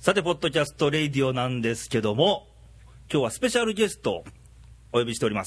さてポッドキャストレイディオなんですけども、今日はスペシャルゲストをお呼びしております。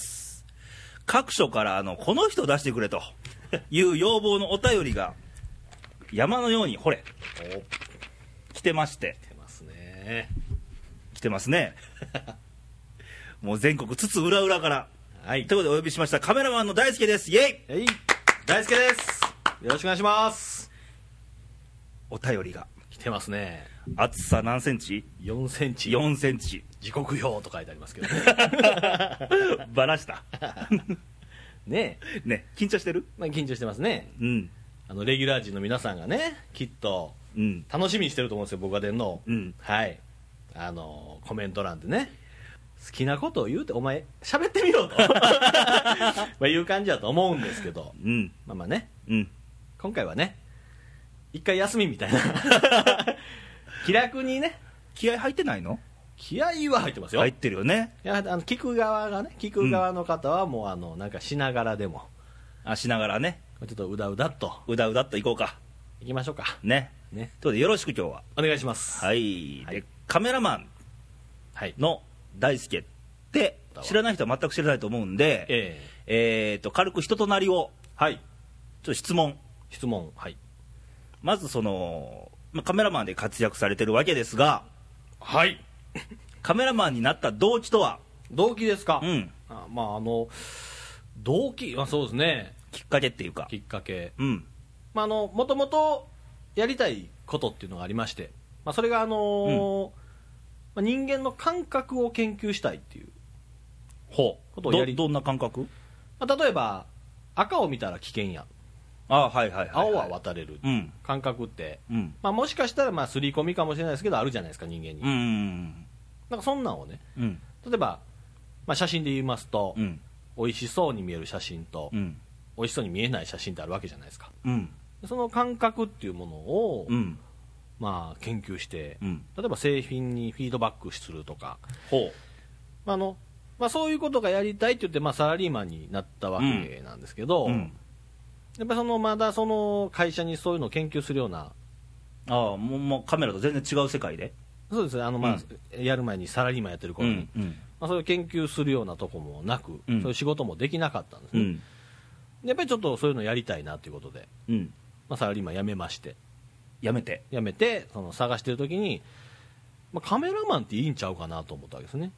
各所からこの人を出してくれという要望のお便りが山のように来てまして、来てますねもう全国津々浦々から、はい、ということでお呼びしましたカメラマンの大輔です。イエイ、 大輔です。よろしくお願いします。 お便りが来てますね。 厚さ何センチ ？4センチ。 4センチ。 時刻表と書いてありますけどねバラしたね緊張してる？ まあ、緊張してますね。レギュラー陣の皆さんがね、きっと楽しみにしてると思うんですよ、僕が出るの。はい、コメント欄でね、好きなことを言うてお前喋ってみろとまあいう感じだと思うんですけど、まあまあね、今回はね一回休みみたいな気楽にね。 気合入ってないの？ 気合は入ってますよ。 入ってるよね。 いや、聞く側がね、聞く側の方はもうなんかしながらでも、 しながらね、 ちょっとうだうだっといこうか。 行きましょうかね。ということでよろしく今日はお願いします。 はい。でカメラマンの大輔って知らない人は全く知らないと思うんで、軽く人となりを、ちょっと質問。 はい。まずカメラマンで活躍されてるわけですが、 はい。 カメラマンになった動機とは？ 動機ですか？動機はそうですね。 きっかけっていうか。 きっかけ。もともとやりたいことっていうのがありまして、それが人間の感覚を研究したいっていうことをどんな感覚？ 例えば赤を見たら危険や。青は渡れる、感覚って、もしかしたら刷り込みかもしれないですけどあるじゃないですか、人間に。なんかそんなんをね、例えば、写真で言いますと、美味しそうに見える写真と、美味しそうに見えない写真ってあるわけじゃないですか。その感覚っていうものを、研究して、例えば製品にフィードバックするとか、そういうことがやりたいって言って、サラリーマンになったわけなんですけど、やっぱりまだその会社にそういうのを研究するような。 もうカメラと全然違う世界で。そうですね。やる前にサラリーマンやってる頃に、そういう研究するようなとこもなく、そういう仕事もできなかったんですね。やっぱりちょっとそういうのやりたいなということで、サラリーマン辞めまして、辞めて探してる時に、カメラマンっていいんちゃうかなと思ったわけですね。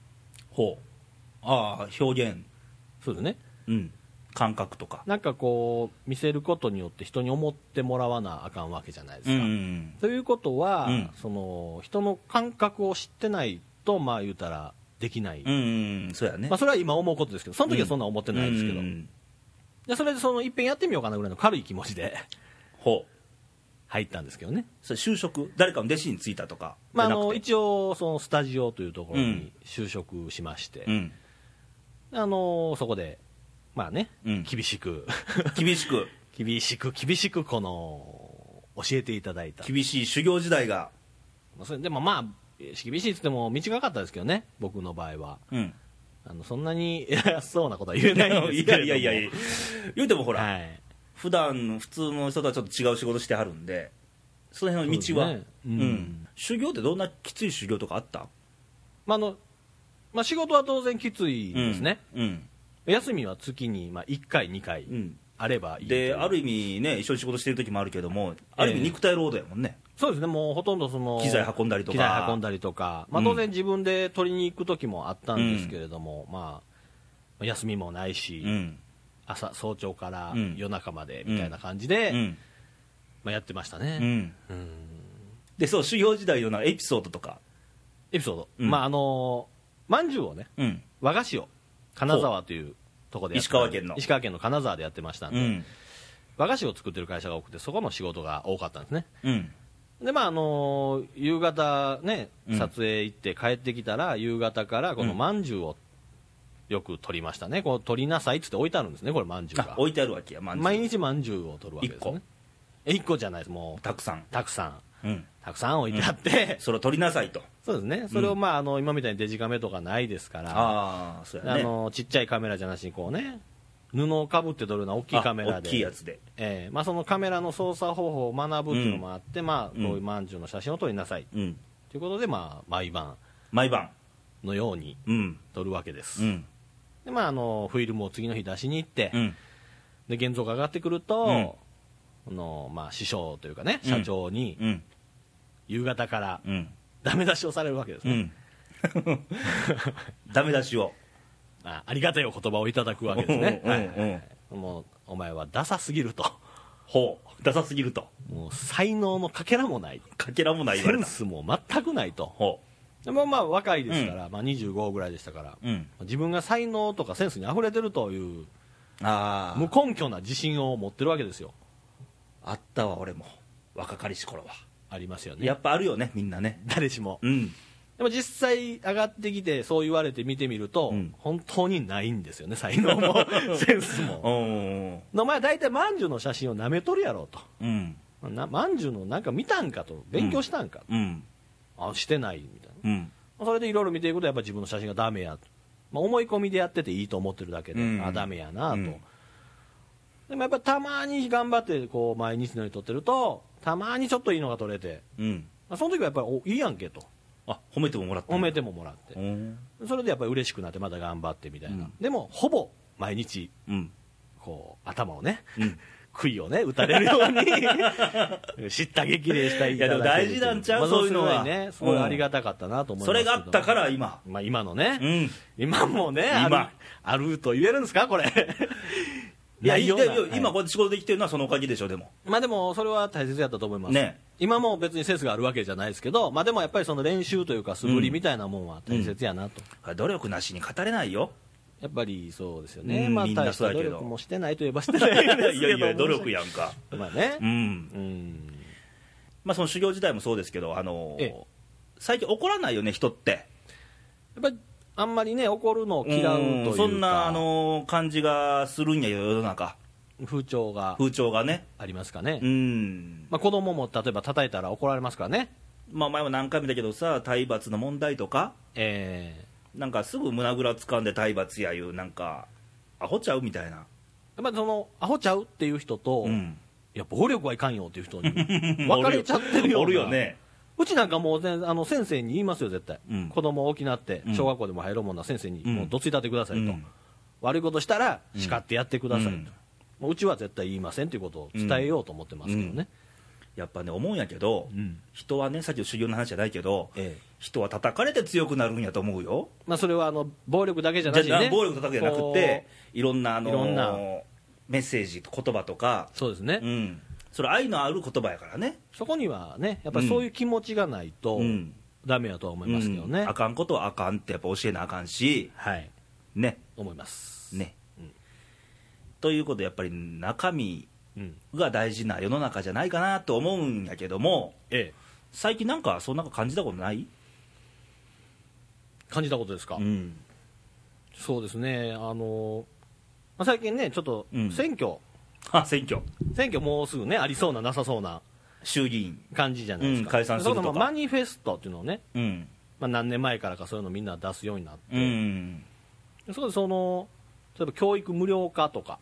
表現。 そうですね。 感覚とかなんかこう見せることによって人に思ってもらわなあかんわけじゃないですか。ということは、人の感覚を知ってないと言うたらできない。 そうやね。 それは今思うことですけど、その時はそんな思ってないですけど、でそれでいっぺんやってみようかなぐらいの軽い気持ちで入ったんですけどね。 それ就職、誰かの弟子に就いたとか？ 一応スタジオというところに就職しまして、そこで厳しく教えていただいた。 厳しい修行時代が。 でも厳しいって言っても道がかったですけどね、僕の場合は。そんなに偉そうなことは言えないんですけども。 いや言うてもほら、普段普通の人とはちょっと違う仕事してはるんで、その辺の道は、修行ってどんなきつい修行とかあった？ 仕事は当然きついですね。休みは月に1回2回あればいいで、ある意味ね、一緒に仕事してる時もあるけども、ある意味肉体労働やもんね。 そうですね。もうほとんど機材運んだりとか、 当然自分で取りに行く時もあったんですけれども、休みもないし、早朝から夜中までみたいな感じで、やってましたね。 で、修行時代のエピソードとか。 まんじゅうをね、和菓子を金沢というところで石川県の金沢でやってましたんで、和菓子を作ってる会社が多くて、そこの仕事が多かったんですね。で夕方ね、撮影行って帰ってきたら、夕方からこのまんじゅうをよく取りましたね。こう取りなさいっつって置いてあるんですね、これまんじゅうが置いてあるわけや。 毎日まんじゅうを取るわけですね。1個じゃないです、もうたくさん置いてあって、 それを取りなさいと。 そうですね。それを今みたいにデジカメとかないですから、 そうやね、 ちっちゃいカメラじゃなしにこうね、布をかぶって撮るような大きいカメラで、 大きいやつで、 そのカメラの操作方法を学ぶっていうのもあって、こういうまんじゅうの写真を撮りなさいってということで、まあ、毎晩のように撮るわけです、でまあ、フィルムを次の日出しに行って、で現像が上がってくると、まあ、師匠というかね社長に、夕方からダメ出しをされるわけですね、 ダメ出しをありがたいお言葉をいただくわけですね、もうお前はダサすぎると、 ダサすぎると、 もう才能のかけらもない、 言われた、 センスも全くないと、でもまあ若いですから、まあ、25ぐらいでしたから、自分が才能とかセンスにあふれてるという無根拠な自信を持ってるわけですよ。 あったわ、俺も若かりし頃は。 ありますよね、 やっぱあるよね、みんなね、 誰しも、でも実際上がってきてそう言われて見てみると、本当にないんですよね、才能もセンスもお前大体まんじゅうの写真をなめとるやろと、まんじゅうのなんか見たんかと、勉強したんか、してないみたいな、それでいろいろ見ていくとやっぱ自分の写真がダメやと、思い込みでやってていいと思ってるだけで、ダメやなと、でもやっぱたまに頑張ってこう毎日のように撮ってるとたまにちょっといいのが撮れて、その時はやっぱりいいやんけと、 褒めてももらって、 それでやっぱり嬉しくなってまた頑張ってみたいな、でもほぼ毎日、こう頭をね、杭をね打たれるように知った激励したい。 いやでも大事なんちゃう、そういうのはね、すごいありがたかったなと思いますけど、 それがあったから今、 今のね、今もねあると言えるんですかこれいや今こうやって仕事できてるのはそのおかげでしょ。でもでもそれは大切やったと思います、今も別にセンスがあるわけじゃないですけど、でもやっぱりその練習というか素振りみたいなもんは大切やなと、 努力なしに語れないよ、 やっぱりそうですよね、 みんなそうやけど、 努力もしてないといえばしてないですけどいや努力やんか、その修行時代もそうですけど、最近怒らないよね人って、 やっぱりあんまりね怒るのを嫌うというか、 そんな感じがするんやよ、世の中風潮がねありますかね。子供も例えば叩いたら怒られますからね。 前も何回もだけどさ、体罰の問題とか、なんかすぐ胸ぐらつかんで体罰やいうなんかアホちゃうみたいな、やっぱりそのアホちゃうっていう人と、いや暴力はいかんよっていう人に分かれちゃってるようなおるよね。 うちなんかもう、先生に言いますよ絶対、子供大きなって小学校でも入ろうもんな先生にもうどついたってくださいと、悪いことしたら叱ってやってくださいと、うちは絶対言いませんということを伝えようと思ってますけどね、 やっぱね思うんやけど、人はね、さっきの修行の話じゃないけど、人は叩かれて強くなるんやと思うよ。 それは暴力だけじゃなくて、 暴力叩くじゃなくて、いろんなメッセージ言葉とか、 そうですね、 それ愛のある言葉やからね、 そこにはねやっぱりそういう気持ちがないとダメやとは思いますけどね、 あかんことはあかんってやっぱ教えなあかんし、ね、 思いますね、ということでやっぱり中身が大事な世の中じゃないかなと思うんやけども、最近なんかそんな感じたことない？ 感じたことですか？そうですね、最近ねちょっと選挙もうすぐねありそうななさそうな衆議院感じじゃないですか、 解散するとか、 マニフェストっていうのをね、何年前からかそういうのみんな出すようになって、そこで例えば教育無料化とか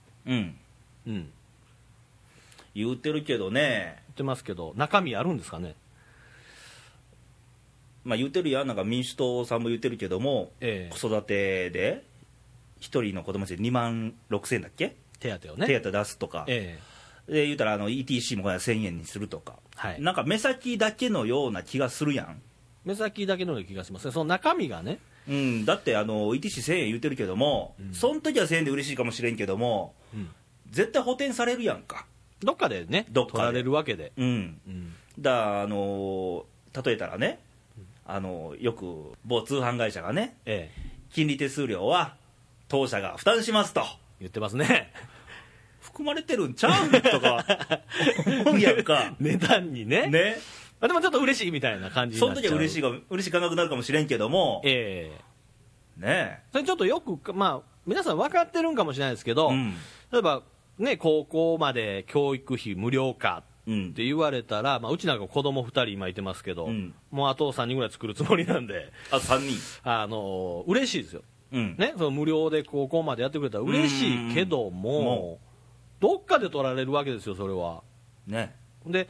言うてるけどね、 言ってますけど中身あるんですかね。 言うてるやん、なんか民主党さんも言ってるけども、子育てで1人の子供たちで2万6000円だっけ、 手当をね、 手当出すとか、で言うたらETC も1000円にするとか、なんか目先だけのような気がするやん。 目先だけのような気がしますね、その中身がね。 だってETC1000 円言うてるけども、その時は1000円で嬉しいかもしれんけども、絶対補填されるやんか、 どっかでね取られるわけで、 だ例えたらね、よく某通販会社がね、金利手数料は当社が負担しますと言ってますね。 含まれてるんちゃうんとか思うやんか値段にね。でもちょっと嬉しいみたいな感じになっちゃう。 その時は嬉しい感覚になるかもしれんけども、 ねえ、それちょっとよく皆さん分かってるんかもしれないですけど、例えばね高校まで教育費無料化って言われたら、うちなんか子供2人今いてますけど、もうあと3人ぐらい作るつもりなんで、 あと3人嬉しいですよ、その無料で高校までやってくれたら嬉しいけども、どっかで取られるわけですよそれは。 ね、 で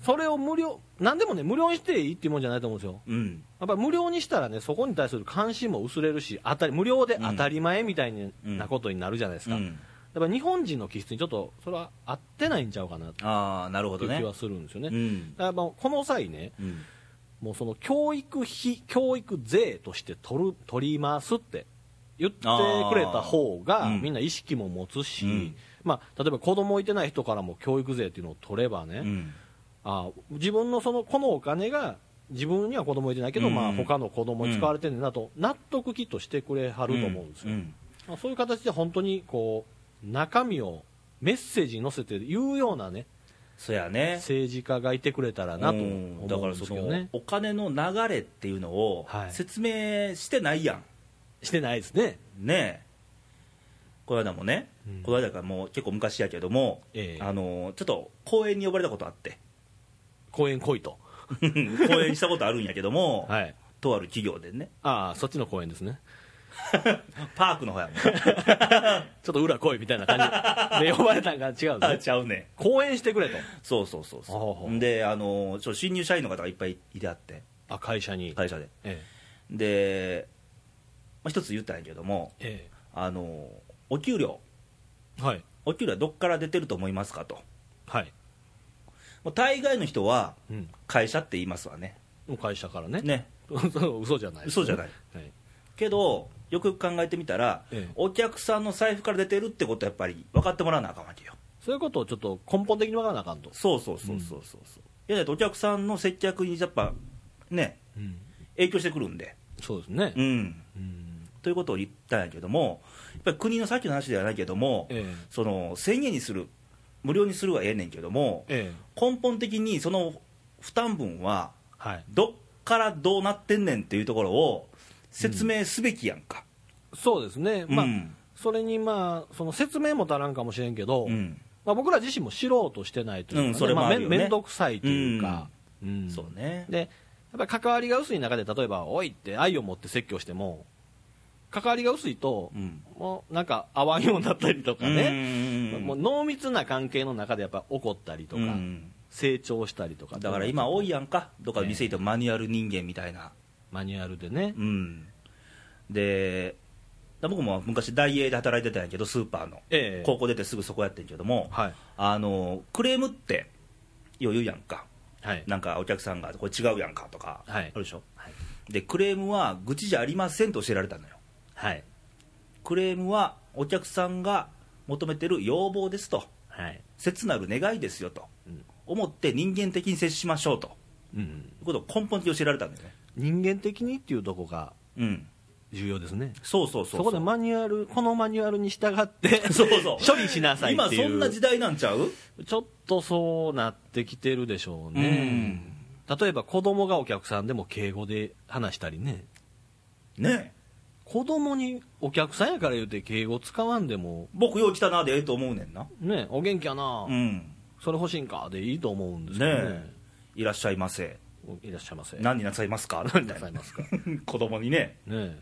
それを何でもね無料にしていいっていうもんじゃないと思うんですよ、やっぱり無料にしたらねそこに対する関心も薄れるし無料で当たり前みたいなことになるじゃないですか、やっぱ日本人の気質にちょっとそれは合ってないんちゃうかなっていう気はするんですよね。だからこの際ね、もうその教育費教育税として取りますって言ってくれた方がみんな意識も持つし、まあ、例えば子供いてない人からも教育税っていうのを取ればね、自分のこのお金が自分には子供いてないけど、まあ他の子供に使われてるんだと納得きっとしてくれはると思うんですよ、そういう形で本当にこう中身をメッセージに載せて言うようなね、 そうやね、 政治家がいてくれたらなと思うんですけどね。だからそのお金の流れっていうのを説明してないやん、 してないですね。 ねえ、この間もね、この間からもう結構昔やけども、ちょっと講演に呼ばれたことあって、 講演来いと講演したことあるんやけども、とある企業でね、 そっちの講演ですねパークの方やもんちょっと裏来いみたいな感じで呼ばれたんが違うね。 ちゃうね、 講演してくれと。 そうで新入社員の方がいっぱいいてあって、会社で、で、一つ言ったんやけども、お給料、お給料はどっから出てると思いますかと、もう大概の人は会社って言いますわね、 会社からね嘘じゃない、 けどよく考えてみたら、お客さんの財布から出てるってことはやっぱり分かってもらわなあかんわけよ。 そういうことをちょっと根本的に分からなあかんと。 そういやだってお客さんの接客にやっぱね、影響してくるんで。 そうですね、 ということを言ったんやけども、やっぱり国のさっきの話ではないけども、その1000円にする無料にするはええねんけども、根本的にその負担分はどっからどうなってんねんっていうところを説明すべきやんか、 そうですね、それにその説明も足らんかもしれんけど、僕ら自身も知ろうとしてないというか、それも面倒くさいというか、 そうね、 でやっぱり関わりが薄い中で、例えばおいって愛を持って説教しても関わりが薄いと、もうなんか合わんようになったりとかね、もう濃密な関係の中でやっぱ怒ったりとか、成長したりとか。 だから今多いやんか、どっか店行ってもマニュアル人間みたいな、 マニュアルでね、 で僕も昔ダイエーで働いてたんやけど、スーパーの、高校出てすぐそこやってんけども、クレームってよう言うやんか、なんかお客さんがこれ違うやんかとかあるでしょ、でクレームは愚痴じゃありませんと教えられたのよ、クレームはお客さんが求めてる要望ですと、切なる願いですよと、思って人間的に接しましょうと、いうことを根本的に教えられたんだよね。 人間的にっていうとこが重要ですね。 そこでこのマニュアルに従って処理しなさいっていう。 今そんな時代なんちゃう？ ちょっとそうなってきてるでしょうね。例えば子供がお客さんでも敬語で話したりね。子供にお客さんやから言うて敬語使わんでも、 僕よう来たなでええと思うねんな。 お元気やな、それ欲しいんかでいいと思うんですけどね。 いらっしゃいませ、 いらっしゃいませ、 何になさいますかみたいな子供にね、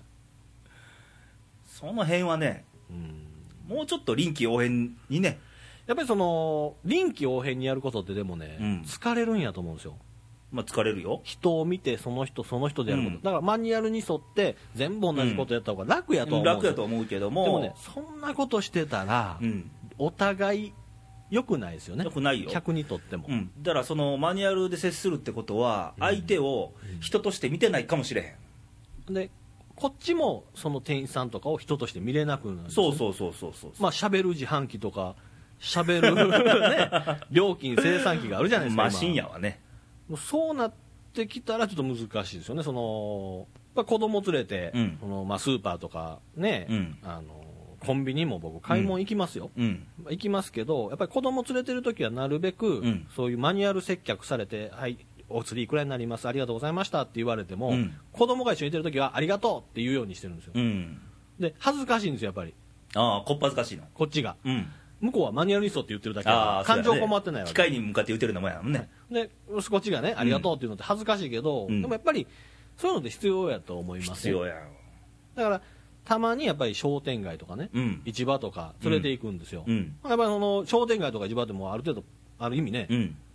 その辺はね、もうちょっと臨機応変にね、 やっぱりその臨機応変にやることってでもね、疲れるんやと思うんですよ。 疲れるよ。 人を見てその人でやること、だからマニュアルに沿って全部同じことやった方が楽やと思う、 楽やと思うけども、 でもね、そんなことしてたら、お互い良くないですよね。 良くないよ、 客にとっても。 だからそのマニュアルで接するってことは、相手を人として見てないかもしれへん、 でこっちもその店員さんとかを人として見れなくなるんですよ、 ね。喋る自販機とか喋る、ね、料金精算機があるじゃないですか。 マシンやわね。 そうなってきたらちょっと難しいですよね。その子供連れて、そのスーパーとかね、コンビニも僕買い物行きますよ、行きますけど、やっぱり子供連れてるときはなるべく、そういうマニュアル接客されて、はいお釣りいくらになります、ありがとうございましたって言われても、子供が一緒にいてるときはありがとうって言うようにしてるんですよ、で恥ずかしいんですよやっぱり。 こっぱずかしいのこっちが、向こうはマニュアルに沿って言ってるだけだから感情こもってないわけ、 機械に向かって言ってるのもやもんね。 でこっちがねありがとうっていうのって恥ずかしいけど、でもやっぱりそういうのって必要やと思いますね。 必要や。 だからたまにやっぱり商店街とかね、市場とか連れていくんですよ、やっぱりその商店街とか市場でもある程度ある意味ね、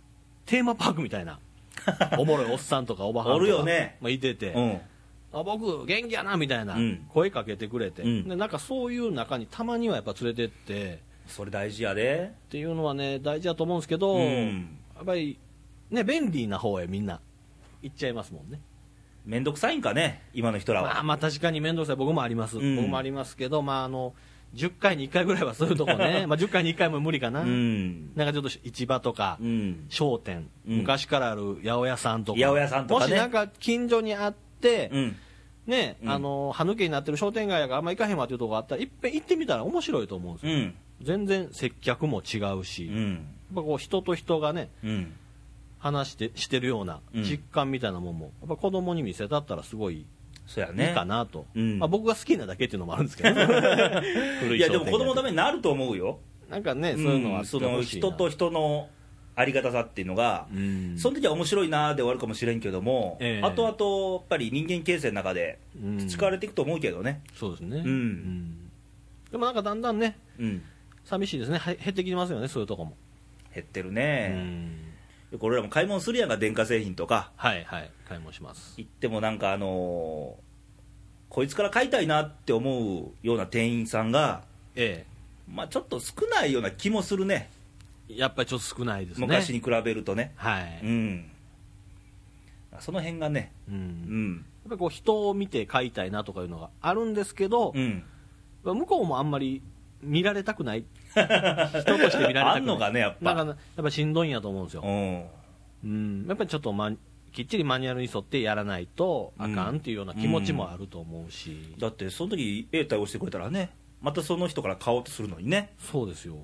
テーマパークみたいなおもろいおっさんとかおばはんとかおるよね、 まあ、いてて、僕元気やなみたいな声かけてくれて、でなんかそういう中にたまにはやっぱ連れてってそれ大事やでっていうのはね大事だと思うんですけど、やっぱりね便利な方へみんな行っちゃいますもんね。 面倒くさいんかね今の人らは。 まあ確かに面倒くさい僕もあります、僕もありますけど、10回に1回ぐらいはそういうとこね10回に1回も無理かな、なんかちょっと市場とか、商店、昔からある八百屋さんとか、もしなんか近所にあって、ね、歯抜けになってる商店街があんま行かへんわっていうとこがあったらいっぺん行ってみたら面白いと思うんですよ、全然接客も違うし、やっぱこう人と人がね、話してるような実感みたいなもんもやっぱ子供に見せたったらすごいそうやね、 いいかなと、僕が好きなだけっていうのもあるんですけどいやでも子供のためになると思うよ。 なんかね、そういうのはその人と人のありがたさっていうのが、その時は面白いなーで終わるかもしれんけども、後々やっぱり人間形成の中で培われていくと思うけどね。 そうですね、でもなんかだんだんね、寂しいですね、減ってきてますよね、そういうとこも減ってるね。これらも買い物するやんか、電化製品とか。 はいはい、買い物します。 行ってもなんかこいつから買いたいなって思うような店員さんが、まあちょっと少ないような気もするね。 やっぱりちょっと少ないですね、 昔に比べるとね。 はい、 その辺がね、 やっぱりこう人を見て買いたいなとかいうのがあるんですけど、向こうもあんまり見られたくない人として見られたくないあんのかね、やっぱやっぱしんどいんやと思うんですよ、やっぱりちょっと、きっちりマニュアルに沿ってやらないとあかんっていうような気持ちもあると思うし、 だってその時対応してくれたらね、またその人から買おうとするのにね。 そうですよ、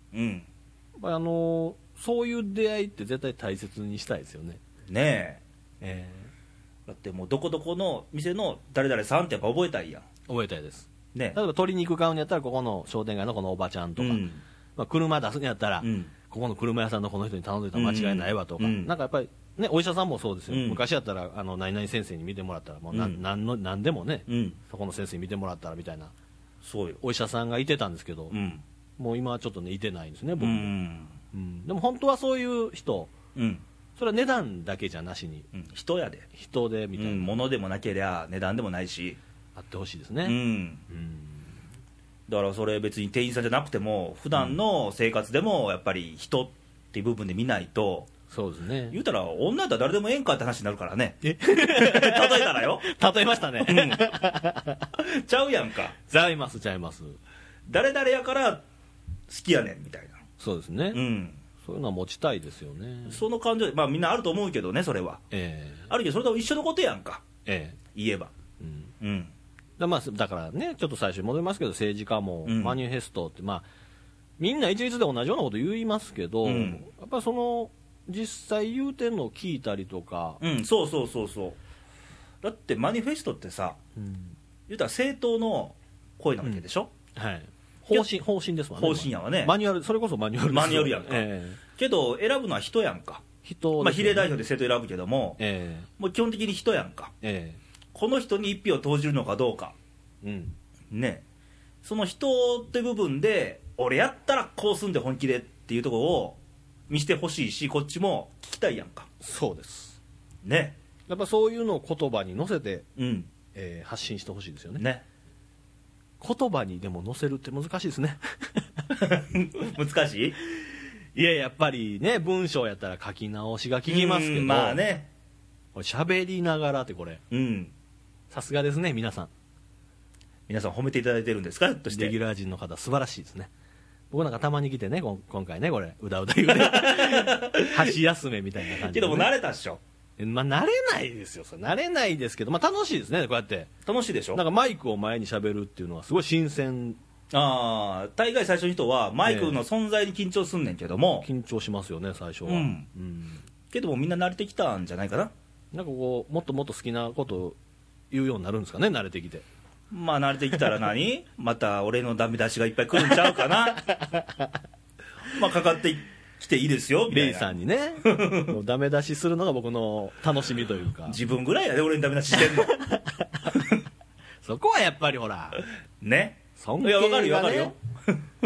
そういう出会いって絶対大切にしたいですよね。 ねえ、だってもうどこどこの店の誰々さんってやっぱ覚えたいやん。 覚えたいです、 ね、 例えば鶏肉買うんやったらここの商店街のこのおばちゃんとか、車出すんやったら、ここの車屋さんのこの人に頼んでたら間違いないわとか、なんかやっぱりね、お医者さんもそうですよ、昔やったら何々先生に見てもらったらもう何でもね、そこの先生に見てもらったらみたいな、 そうよ、 お医者さんがいてたんですけど、もう今はちょっとねいてないんですね、僕も。でも本当はそういう人、それは値段だけじゃなしに、 人やで、 人でみたいな、 物でもなけりゃ値段でもないしあってほしいですね。 だからそれ別に店員さんじゃなくても普段の生活でもやっぱり人っていう部分で見ないと、 そうですね、 言うたら女だったら誰でもええんかって話になるからね。例えたらよ例えましたね、 ちゃうやんか。 ちゃいます誰々やから好きやねんみたいな。 そうですね、そういうのは持ちたいですよね。 その感情で、みんなあると思うけどね、それは、あるけどそれと一緒のことやんか、言えば。 だからね、ちょっと最初に戻りますけど、政治家もマニフェストって、みんな一律で同じようなこと言いますけど、やっぱりその実際言うてんのを聞いたりとか、 そうだってマニフェストってさ、言うたら政党の声なわけでしょ、 方針ですわね。 方針やわね。 マニュアル、それこそマニュアルですよ。 マニュアルやんか。けど選ぶのは人やんか。 人、 比例代表で政党選ぶけども、もう基本的に人やんか。この人に一票を投じるのかどうか、ね、その人って部分で俺やったらこうすんで本気でっていうところを見せてほしいし、こっちも聞きたいやんか。 そうですね、 やっぱそういうのを言葉に乗せて、発信してほしいですよね。言葉にでも載せるって難しいですね難しい。 いや、やっぱりね、文章やったら書き直しが効きますけど、 まあね、 これ喋りながらってこれ、さすがですね。皆さん褒めていただいてるんですか。ひょっとしてレギュラー陣の方素晴らしいですね。僕なんかたまに来てね、今回ね、これうだうだ言うね箸休めみたいな感じで、ね、 けども慣れたっしょ。 慣れないですよ。慣れないですけど、楽しいですね。こうやって楽しいでしょ。 なんかマイクを前に喋るっていうのはすごい新鮮。 大概最初の人はマイクの存在に緊張すんねんけども、 緊張しますよね最初は、 けどもみんな慣れてきたんじゃないかな。 なんかこうもっともっと好きなことを言うようになるんですかね、慣れてきて。 慣れてきたら何また俺のダメ出しがいっぱい来るんちゃうかなかかってきていいですよみたいな。 レイさんにねもうダメ出しするのが僕の楽しみというか。 自分ぐらいやで俺にダメ出ししてんのそこはやっぱりほらね、 尊敬がね。 いや分かるよ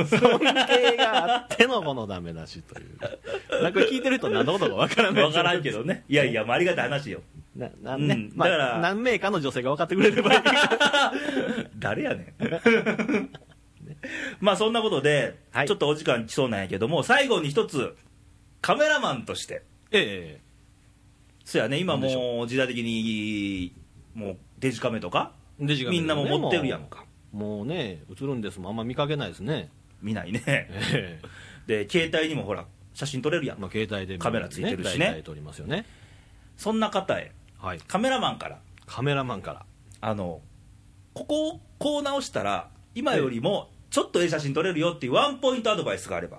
尊敬があってのこのダメ出しというなんか聞いてる人何のことか分からない分からんけどね。いやいや、ありがたい話よ。 ね、だから、何名かの女性が分かってくれればいい誰やねんまあそんなことで、はい、ちょっとお時間来そうなんやけども、最後に一つカメラマンとしてそうやね、今もう時代的にもうデジカメとかみんなも持ってるやんか。 もうね、映るんですもん、あんま見かけないですね。 見ないね、で携帯にもほら写真撮れるやん、 携帯で、 カメラついてるしね、 撮りますよね。 そんな方へ、はい、カメラマンからここをこう直したら今よりもちょっと写真撮れるよっていうワンポイントアドバイスがあれば。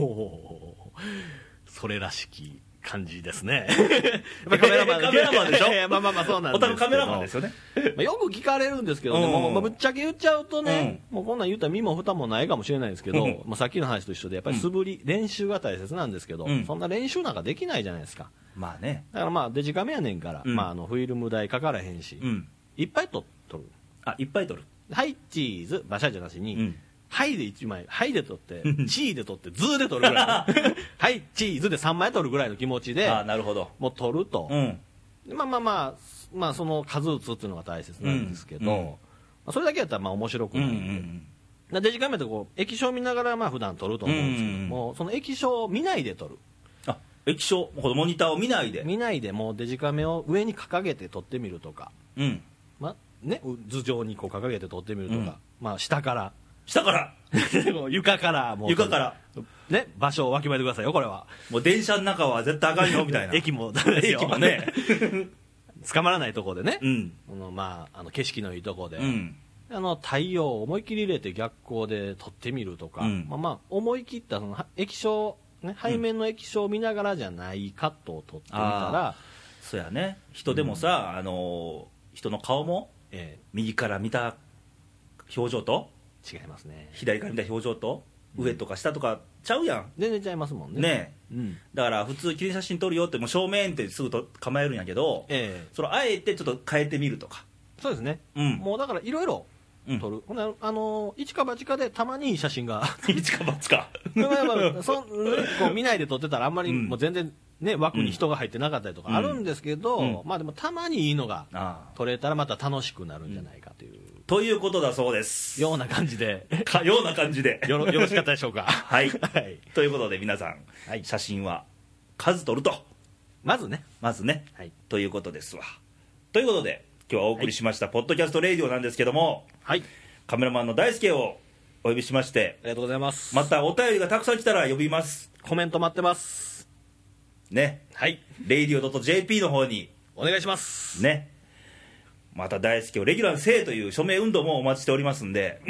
それらしき感じですね。 カメラマンでしょ。 まあそうなんですけど、 お宅カメラマンですよね。 よく聞かれるんですけどね、もうぶっちゃけ言っちゃうとね、もうこんなん言ったら身も蓋もないかもしれないですけど、さっきの話と一緒でやっぱり素振り、練習が大切なんですけど、そんな練習なんかできないじゃないですか。 まあね。 だからデジカメやねんから、フィルム代かからへんし、いっぱい撮る。 いっぱい撮る。 はい、チーズ、馬車じゃなしに、はいで1枚、はいで撮って、チーで撮って、ズーで撮るぐらい。はい、チーズで3枚撮るぐらいの気持ちで、 なるほど。 もう撮ると。まあ、その数打つっていうのが大切なんですけど、それだけやったら面白くないんで。デジカメって液晶見ながら普段撮ると思うんですけども、その液晶を見ないで撮る。 液晶、モニターを見ないでもうデジカメを上に掲げて撮ってみるとか、頭上に掲げて撮ってみるとか、下から床からね、場所をわきまえてくださいよ。これはもう電車の中は絶対あかんよみたいな。 駅もダメですよ。 駅もね捕まらないとこでね、景色のいいとこで、太陽を思い切り入れて逆光で撮ってみるとか、思い切ったその液晶、背面の液晶を見ながらじゃないカットを撮ってみたら、 そうやね。人でもさ、人の顔も、右から見た表情と違いますね。 左から見た表情と、上とか下とかちゃうやん。 全然ちゃいますもんね。 だから普通記念写真撮るよってもう正面ってすぐと構えるんやけど、それあえてちょっと変えてみるとか。 そうですね。もうだからいろいろ撮る。一か八かでたまにいい写真が一か八か見ないで撮ってたらあんまりもう全然ね、枠に人が入ってなかったりとかあるんですけど、でもたまにいいのが撮れたらまた楽しくなるんじゃないかという、 ということだそうです。 ような感じでよろしかったでしょうか。 はい、ということで皆さん、写真は数撮るとまずね、ということですわ。ということで今日はお送りしましたポッドキャストレイディオなんですけども、カメラマンの大輔をお呼びしまして、 ありがとうございます。 またお便りがたくさん来たら呼びます。 コメント待ってますね。radio.jp の方にお願いしますね。また大輔をレギュラーにせえという署名運動もお待ちしておりますんで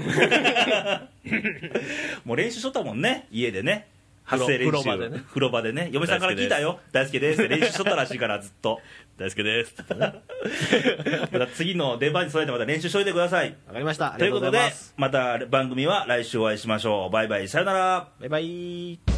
もう練習しとったもんね、家でね、発声練習、風呂場でね、嫁さんから聞いたよ、大輔ですって練習しとったらしいから、ずっと大輔ですってまた次の出番に備えてまた練習しといてください。 わかりました。 ということでまた番組は来週お会いしましょう。バイバイ、さよなら。 バイバイ。